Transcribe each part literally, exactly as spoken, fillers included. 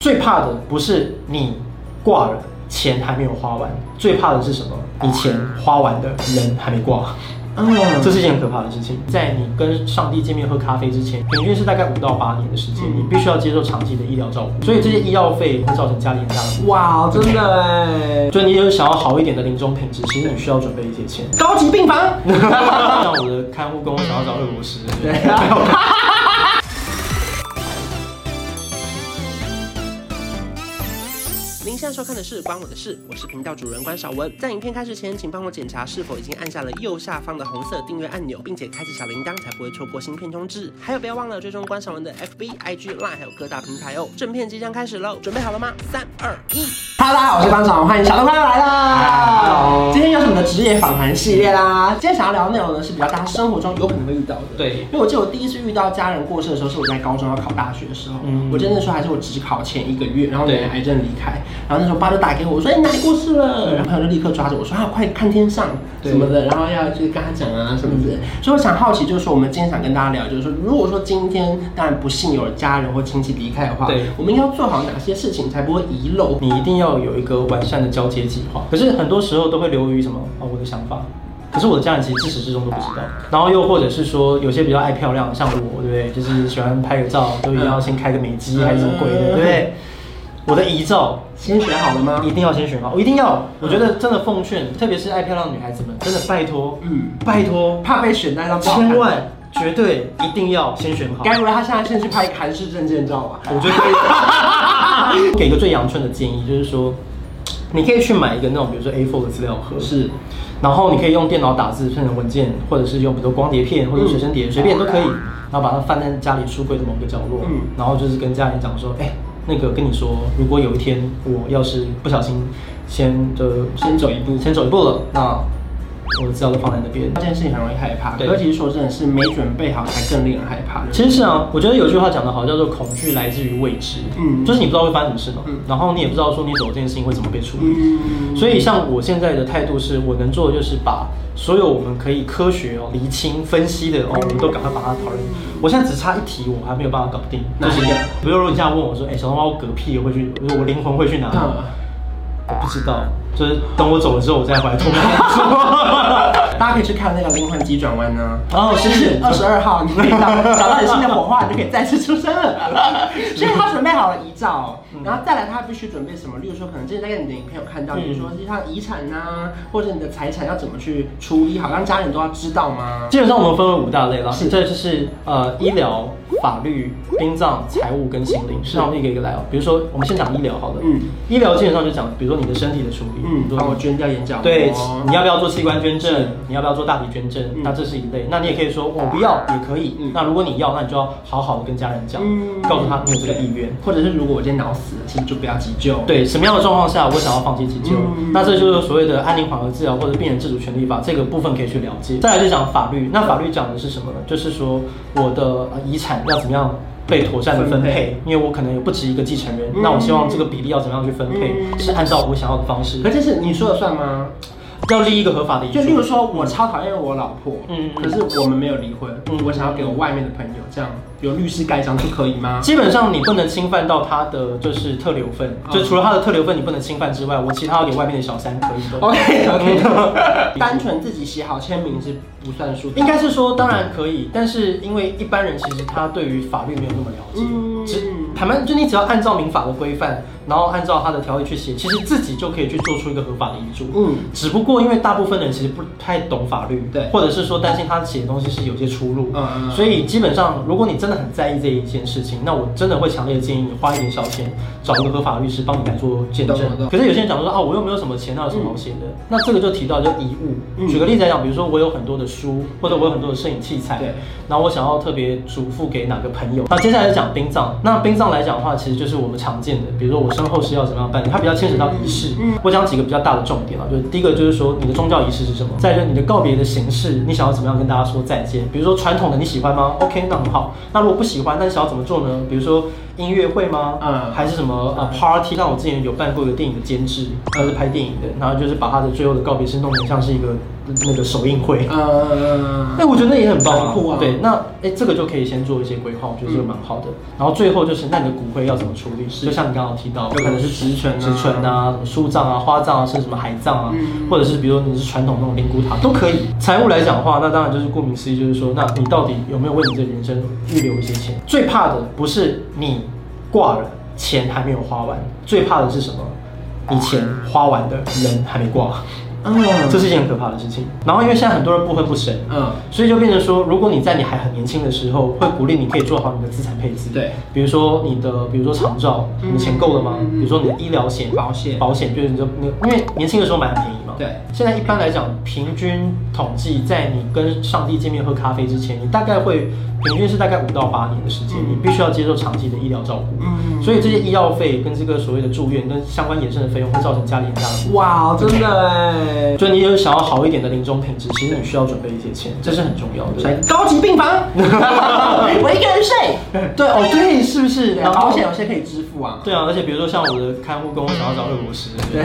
最怕的不是你挂了，钱还没有花完，最怕的是什么？你钱花完的人还没挂。嗯，这是一件很可怕的事情。在你跟上帝见面喝咖啡之前，平均是大概五到八年的时间，你必须要接受长期的医疗照顾，所以这些医药费会造成家里很大的。 哇，真的哎！ 就你有想要好一点的临终品质，其实你需要准备一些钱。 高级病房， 像我的看护跟我想要找恶魔师，对。 您现在收看的是关我的事，我是频道主人关少文。在影片开始前，请帮我检查是否已经按下了右下方的红色订阅按钮，并且开启小铃铛，才不会错过新片通知。还有，不要忘了追踪关少文的 F B、I G、Line 还有各大平台哦。正片即将开始喽，准备好了吗？三、二、一。 哈喽，大家好，我是关少文，欢迎小东快要来啦！今天又是我们的职业访谈系列啦。今天想要聊的内容呢，是比较大家生活中有可能会遇到的。 对， 因为我记得我第一次遇到家人过世的时候，是我在高中要考大学的时候。嗯，我记得那时候还是我只考前一个月，然后奶奶癌症离开，然后那时候爸就打给我，我说：“哎、欸，奶奶过世了。”然后朋友就立刻抓着我说：“啊，快看天上什么的，然后要去跟他讲啊什么之类的。”所以我想好奇，就是说我们今天想跟大家聊，就是说，如果说今天当然不幸有家人或亲戚离开的话，对，我们应该要做好哪些事情才不会遗漏？ 你一定要有一个完善的交接计划。可是很多时候都会流于什么啊、哦，我的想法。可是我的家人其实自始至终都不知道，然后又或者是说有些比较爱漂亮，像我，对不对？就是喜欢拍个照，都一定要先开个美肌还是什么鬼的，对不对？我的遗照先选好了吗？ 一定要先选好，我一定要。我觉得真的奉劝，特别是爱漂亮的女孩子们，真的拜托，嗯，拜托， 怕被选那张， 千万绝对一定要先选好。 该不会他现在先去拍一个韩式证件照吧？ 我觉得可以。给一个最阳春的建议，就是说，你可以去买一个那种，比如说 A 四 的资料盒，是。然后你可以用电脑打字变成文件，或者是用比如说光碟片或者随身碟，随便都可以。然后把它放在家里书柜的某个角落，嗯，然后就是跟家人讲说，哎、欸，那个跟你说，如果有一天我要是不小心先的先走一步， 先走一步了，那我的资料都放在那边。 这件事情很容易害怕，尤其是说真的是没准备好才更令人害怕。 其实是啊，我觉得有句话讲得好，叫做恐惧来自于未知。嗯，就是你不知道会发生什么事嘛，嗯，然后你也不知道说你走这件事情会怎么被处理。嗯，所以像我现在的态度是，我能做的就是把所有我们可以科学哦、厘清、分析的哦，我们都赶快把它讨论。我现在只差一题，我还没有办法搞定。就是一个，比如说你现在问我说，哎、欸，小东猫嗝屁会去，我灵魂会去哪里？嗯，我不知道。就是等我走了之后，我再回来偷看。 大家可以去看那个灵魂急转弯呢。 哦，是二十二号，你可以找找到你新的火花，你就可以再次出生了。所以他准备好了遗照，然后再来他必须准备什么？例如说，可能之前在你的影片有看到，比如说像遗产呐，或者你的财产要怎么去处理好，让家人都要知道吗？ 基本上我们分为五大类啦，这就是呃医疗、法律、殡葬、财务跟心灵。那我们一个一个来哦。比如说，我们先讲医疗好了。嗯，医疗基本上就讲，比如说你的身体的处理。 嗯，帮我捐掉眼角膜。 对，你要不要做器官捐赠？你要不要做大体捐赠？嗯、那这是一类。那你也可以说我不要，也可以。嗯、那如果你要，那你就要好好的跟家人讲，嗯、告诉他你有这个意愿， 或者是如果我今天脑死了，其实就不要急救。 对，什么样的状况下我想要放弃急救？嗯、那这就是所谓的安宁缓和治疗或者病人自主权利法这个部分可以去了解。再来就讲法律，那法律讲的是什么呢？就是说我的遗产要怎么样被妥善的分配，因为我可能有不止一个继承人，嗯、那我希望这个比例要怎么样去分配，嗯、是按照我想要的方式。 可这是你说的算吗？ 要立一个合法的遗嘱。 就例如说，我超讨厌我老婆，嗯，可是我们没有离婚，嗯，我想要给我外面的朋友，这样有律师盖章就可以吗？ 基本上你不能侵犯到他的就是特留份，就除了他的特留份你不能侵犯之外，我其他要给外面的小三可以的。 OK OK， 单纯自己写好签名是不算数。 应该是说当然可以，但是因为一般人其实他对于法律没有那么了解，嗯，只坦白就你只要按照民法的规范，然后按照他的条例去写，其实自己就可以去做出一个合法的遗嘱。嗯，只不过因为大部分人其实不太懂法律，对，或者是说担心他写的东西是有些出入，嗯嗯，所以基本上如果你真的很在意这一件事情，那我真的会强烈的建议你花一点小钱找一个合法律师帮你来做见证。可是有些人讲说啊，我又没有什么钱，那有什么好写的？嗯、那这个就提到就遗物。嗯、举个例子来讲，比如说我有很多的书，或者我有很多的摄影器材，对，然后我想要特别嘱咐给哪个朋友。那接下来是讲殡葬，那殡葬来讲的话，其实就是我们常见的，比如说我身后事要怎么样办理，它比较牵扯到仪式。嗯、我讲几个比较大的重点啊，就是第一个就是说你的宗教仪式是什么，再就是你的告别的形式，你想要怎么样跟大家说再见？比如说传统的你喜欢吗 ？OK， 那很好。那如果不喜欢，那你想要怎么做呢？比如说音乐会吗？ 嗯， 还是什么呃 party？ 像我之前有办过一个电影的监制，他是拍电影的，然后就是把他的最后的告别式弄得像是一个那个首映会。 嗯， 哎、欸，我觉得那也很棒啊。 酷啊。 对，那哎、欸，这个就可以先做一些规划，我觉得这个蛮好的。然后最后就是，那你的骨灰要怎么处理？就像你刚刚提到，有可能是植存、植存啊、树葬啊、花葬啊，甚至什么海葬啊，嗯、或者是比如你是传统那种灵骨塔都可以。财务来讲的话，那当然就是顾名思义，就是说，那你到底有没有为你这人生预留一些钱？最怕的不是你挂了，钱还没有花完，最怕的是什么？你钱花完的人还没挂。嗯，这是一件很可怕的事情。然后因为现在很多人不婚不生，嗯，所以就变成说，如果你在你还很年轻的时候，会鼓励你可以做好你的资产配置。对，比如说你的，比如说长照，你的钱够了吗？比如说你的医疗险、保险、保险，就是你就你，因为年轻的时候买很便宜嘛。对，现在一般来讲，平均统计，在你跟上帝见面喝咖啡之前，你大概会平均是大概五到八年的时间，你必须要接受长期的医疗照顾。嗯，所以这些医药费跟这个所谓的住院跟相关衍生的费用，会造成家里很大的。 哇，真的哎。 所以你有想要好一点的临终品质，其实你需要准备一些钱，这是很重要的。 高级病房，我一个人睡。 对哦，对，是不是？ 然后保险有些可以支付啊。 对啊，而且比如说像我的看护跟我想要找恶魔师，对。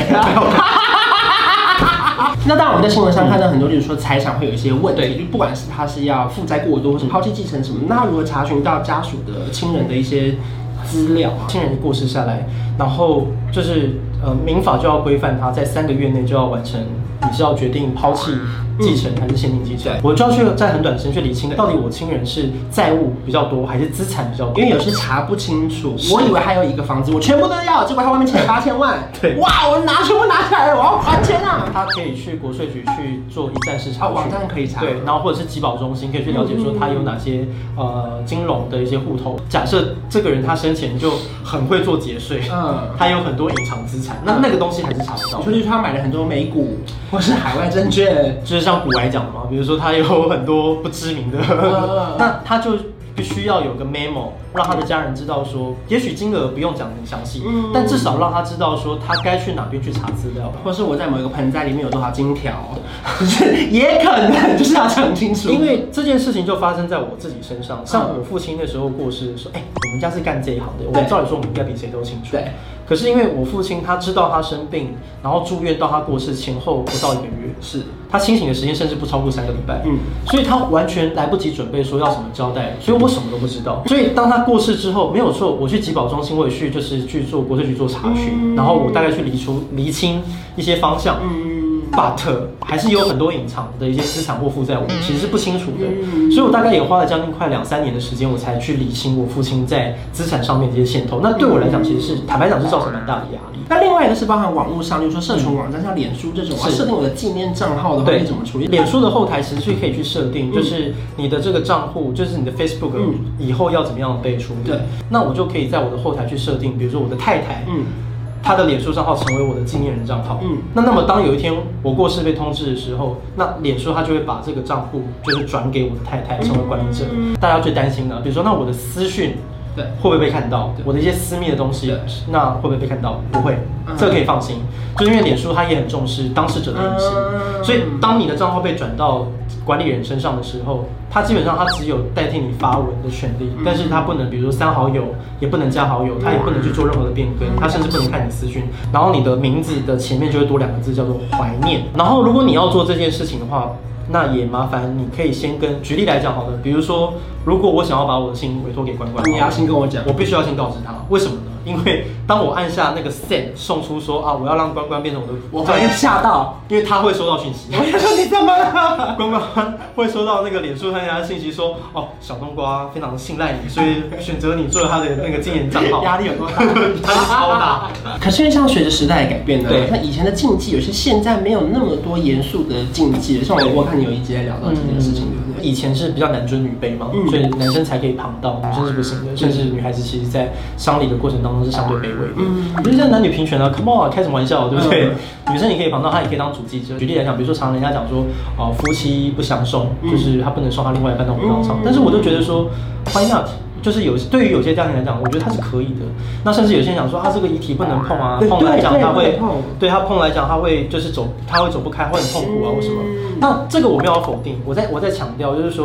那当然，我们在新闻上看到很多，例如说财产会有一些问题，就不管是他是要负债过多，或是抛弃继承什么，那如何查询到家属的亲人的一些资料啊？ 亲人过世下来，然后就是呃，民法就要规范他在三个月内就要完成，你是要决定抛弃继承还是限定继承？我就要去在很短时间去理清，到底我亲人是债务比较多还是资产比较多？ 因为有些查不清楚，我以为还有一个房子，我全部都要，结果他外面欠八千万。对，哇，我拿全部拿起来了，我要还钱啊！ 他可以去国税局去做一站式查， 啊，网站可以查。 对，然后或者是集保中心可以去了解说他有哪些呃金融的一些户头。假设这个人他生前就很会做节税，嗯，他有很多隐藏资产，那那个东西还是查不到。 所以他买了很多美股或是海外证券， 就是像股来讲的嘛，比如说他有很多不知名的，那他就必须要有个 memo， 让他的家人知道说，也许金额不用讲得很详细，嗯，但至少让他知道说他该去哪边去查资料， 或是我在某一个盆栽里面有多少金条，就是也可能就是要讲清楚。 因为这件事情就发生在我自己身上，像我父亲那时候过世的时候，哎、欸，我们家是干这一行的，我们照理说我们应该比谁都清楚。对。可是因为我父亲他知道他生病，然后住院到他过世前后不到一个月，是他清醒的时间甚至不超过三个礼拜，嗯，所以他完全来不及准备说要怎么交代，所以我什么都不知道。所以当他过世之后，没有错，我去集保中心，我也去就是去做国税局做查询，然后我大概去理出厘清一些方向，嗯。But 还是有很多隐藏的一些资产或负债，我们其实是不清楚的，所以我大概也花了将近快两三年的时间，我才去理清我父亲在资产上面这些线头。那对我来讲，其实是坦白讲是造成蛮大的压力。 那另外一个是包含网络上，就是说社群网站，像脸书这种，我要设定我的纪念账号的话，你怎么处理？ 脸书的后台其实是可以去设定，就是你的这个账户，就是你的 Facebook 以后要怎么样被处理。对，那我就可以在我的后台去设定，比如说我的太太，嗯。他的脸书账号成为我的纪念人账号，嗯，那那么当有一天我过世被通知的时候，那脸书他就会把这个账户就是转给我的太太成为管理者。嗯、大家最担心的，比如说那我的私讯，对，会不会被看到？我的一些私密的东西，那会不会被看到？不会，这个可以放心，就是因为脸书它也很重视当事者的隐私，嗯、所以当你的账号被转到管理人身上的时候，他基本上他只有代替你发文的权利，但是他不能，比如说删好友，也不能加好友，他也不能去做任何的变更，他甚至不能看你私讯。然后你的名字的前面就会多两个字，叫做怀念。然后如果你要做这件事情的话，那也麻烦你可以先跟，举例来讲好了，比如说，如果我想要把我的信委托给关关， 你要先跟我讲， 我必须要先告知他，为什么呢？因为当我按下那个 send 送出说啊，我要让关关变成我的， 我会吓到， 因为他会收到讯息。 我要说你怎么了？ 关关会收到那个脸书上的信息说，哦，小冬瓜非常的信赖你，所以选择你做了他的那个纪念账号。 压力有多大？ 压力超大。 可是因为像随着时代的改变呢，对，那以前的禁忌有些现在没有那么多严肃的禁忌了。像我我看你有一集在聊到这件事情，对不对？ 以前是比较男尊女卑嘛，嗯、所以男生才可以旁道，女生是不行的，甚至女孩子其实在丧礼的过程当中是相对卑微的。嗯，我觉得现在男女平权啊 ，come on， 开什么玩笑，对不对？嗯、女生也可以旁道，她也可以当主祭者。举例来讲，比如说常常人家讲说，哦、呃，夫妻不相送，就是他不能送他另外一半到火葬场，嗯、但是我就觉得说 ，why not？就是有对于有些家庭来讲，我觉得它是可以的。那甚至有些人讲说，啊，这个遗体不能碰啊，碰来讲他会，对他碰来讲他会就是走，他会走不开，会很痛苦啊，或什么。那这个我没有否定，我在我在强调就是说，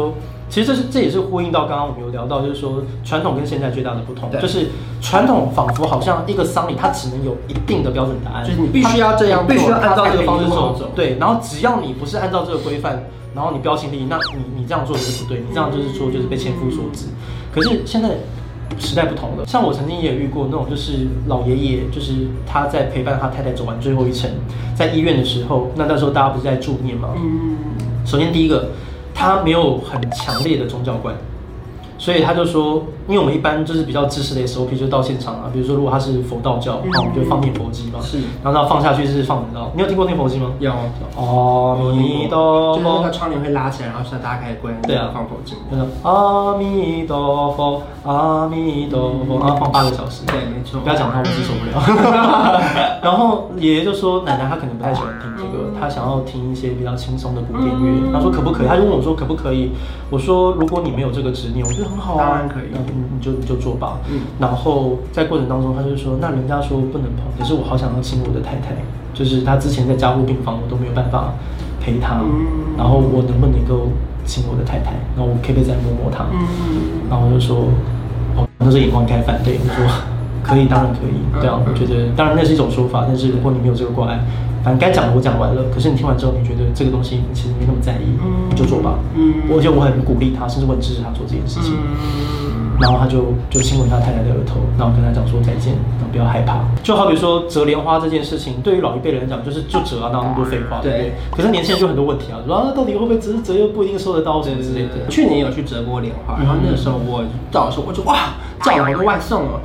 其实这是这也是呼应到刚刚我们有聊到，就是说传统跟现在最大的不同，就是传统仿佛好像一个丧礼它只能有一定的标准答案， 就是你必须要这样做， 必须要按照这个方式走。 对，然后只要你不是按照这个规范，然后你标新立异，那你你这样做就是不对，你这样就是说就是被千夫所指。可是现在时代不同了，像我曾经也有遇过那种，就是老爷爷，就是他在陪伴他太太走完最后一程，在医院的时候，那那时候大家不是在助念吗？嗯，首先第一个，他没有很强烈的宗教观。所以他就说，因为我们一般就是比较知识的 S O P， 就到现场啊，比如说如果他是佛道教，嗯、我们就放念佛机嘛，是，然后放下去是放，你知道，你有听过念佛机吗？ 有。 阿弥陀佛， 就是那个窗帘会拉起来，然后现在大家开始关，对啊，放佛经。 阿弥陀佛，阿弥陀佛，然后放八个小时。 对，没错。 不要讲他，我自己受不了。然后爷爷就说，奶奶她可能不太喜欢听这个，她想要听一些比较轻松的古典乐。他说可不可以？他就问我说可不可以？我说如果你没有这个执念，我觉得很好啊， 当然可以。 那你你就你就做吧。嗯。然后在过程当中，他就说，那人家说不能碰，可是我好想要亲我的太太，就是他之前在加护病房，我都没有办法陪他，嗯、然后我能不能够亲我的太太？然后我可不可以再摸摸她？嗯。然后我就说，哦，那时候眼光开反对，我说可以，当然可以。对啊，我觉得当然那是一种说法，但是如果你没有这个关爱。反正该讲的我讲完了，可是你听完之后，你觉得这个东西你其实没那么在意，嗯、你就做吧。嗯，我觉得我很鼓励他，甚至我很支持他做这件事情。嗯、然后他就就亲吻他太太的额头，然后跟他讲说再见，然后不要害怕。就好比说折莲花这件事情，对于老一辈人来讲，就是就折啊，哪有那么多废话，对不对？可是年轻人就很多问题啊，说啊到底会不会折折又不一定收得到什么之类的。 去年有去折过莲花，然后那个时候我到的时候，我就哇叫了好多外送哦。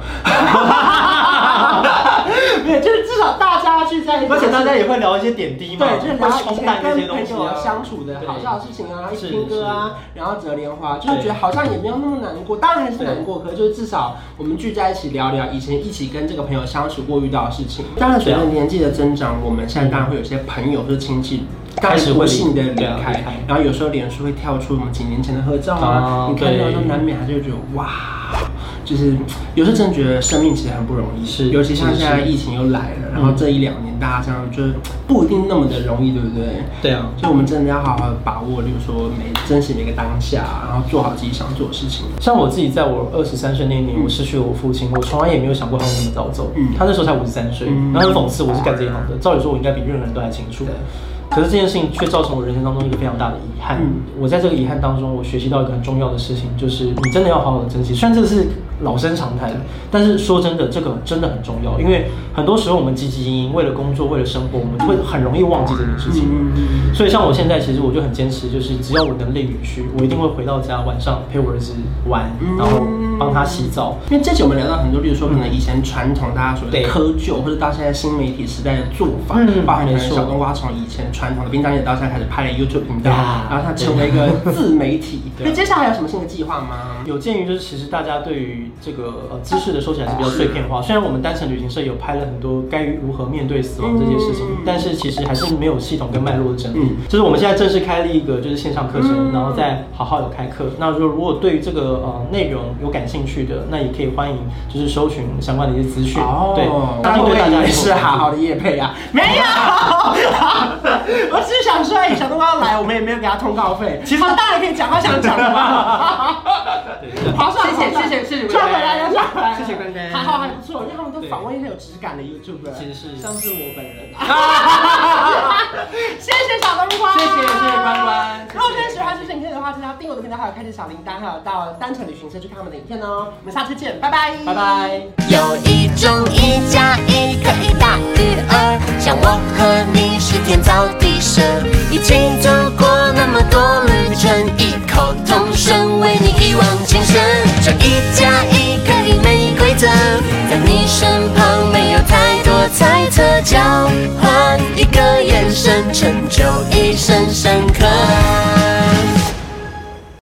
没有，就是至少大家去在， 而且大家也会聊一些点滴嘛， 对，就是聊以前跟朋友相处的好笑的事情啊，一起听歌啊，然后折莲花，就是觉得好像也没有那么难过，当然还是难过，可是就是至少我们聚在一起聊聊以前一起跟这个朋友相处过遇到的事情。当然随着年纪的增长，我们现在当然会有些朋友或者亲戚开始不幸的离开，然后有时候脸书会跳出我们几年前的合照啊，你看到的时候难免还是会觉得哇。就是有时候真的觉得生命其实很不容易，是，尤其像现在疫情又来了，然后这一两年大家这样就是不一定那么的容易，对不对？ 对啊， 所以我们真的要好好的把握，例如说每珍惜每个当下，然后做好自己想做的事情。 像我自己在我二十三岁那一年，我失去了我父亲，我从来也没有想过他会那么早走。嗯，他那时候才五十三岁，然后很讽刺，我是干这一行的，照理说我应该比任何人都还清楚。可是这件事情却造成我人生当中一个非常大的遗憾。嗯、我在这个遗憾当中，我学习到一个很重要的事情，就是你真的要好好的珍惜。虽然这个是老生常谈，但是说真的，这个真的很重要。因为很多时候我们汲汲营营，为了工作，为了生活，我们会很容易忘记这件事情。嗯、所以像我现在，其实我就很坚持，就是只要我能力允许，我一定会回到家，晚上陪我儿子玩，然后帮他洗澡。 因为这期我们聊到很多，比如说可能以前传统大家所谓的窠臼，或者到现在新媒体时代的做法，嗯，包含可能小冬瓜从以前传统的殡葬业到现在开始拍了 YouTube 频道，然后它成为一个自媒体。那接下来有什么新的计划吗？ 有鉴于就是其实大家对于这个呃知识的收起来是比较碎片化，虽然我们单程旅行社有拍了很多该如何面对死亡这件事情，嗯、但是其实还是没有系统跟脉络的整理。嗯、就是我们现在正式开了一个就是线上课程，嗯、然后再好好有开课。那如果对于这个呃内容有感兴趣的，那也可以欢迎就是搜寻相关的一些资讯。哦，对，相信对大家也是好好的业配啊，没有。我只是想说，小冬瓜要来，我们也没有给他通告费。其实他当然可以讲他想讲的嘛。好，谢谢谢谢谢谢，赚回来了，赚回来了，谢谢关关，还好还不错，因为他们都访问一些有质感的 YouTuber， 其实是像是我本人。谢谢小冬瓜， 谢谢谢谢关关。 如果真的喜欢这支影片的话，记得要订阅我的频道，还有开启小铃铛，还有到单程旅行社去看我们的影片哦。我们下次见，拜拜， 拜拜。 有一种一加一可以大于二，像我和你是天造地设，一起走过那么多旅程，异口同声为你一往情深。这一加一可以没规则，在你身旁没有太多猜测，交换一个眼神，成就一生。